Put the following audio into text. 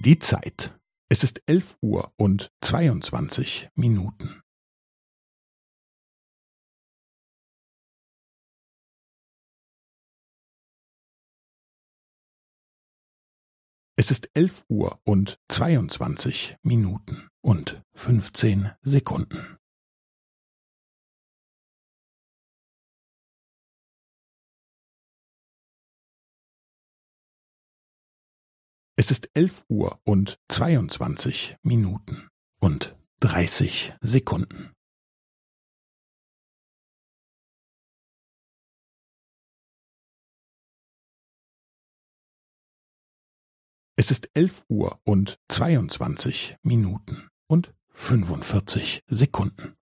Die Zeit. Es ist 11:22 Minuten. Es ist 11:22 Minuten und 15 Sekunden. Es ist 11:22 Minuten und 30 Sekunden. Es ist 11:22 Minuten und 45 Sekunden.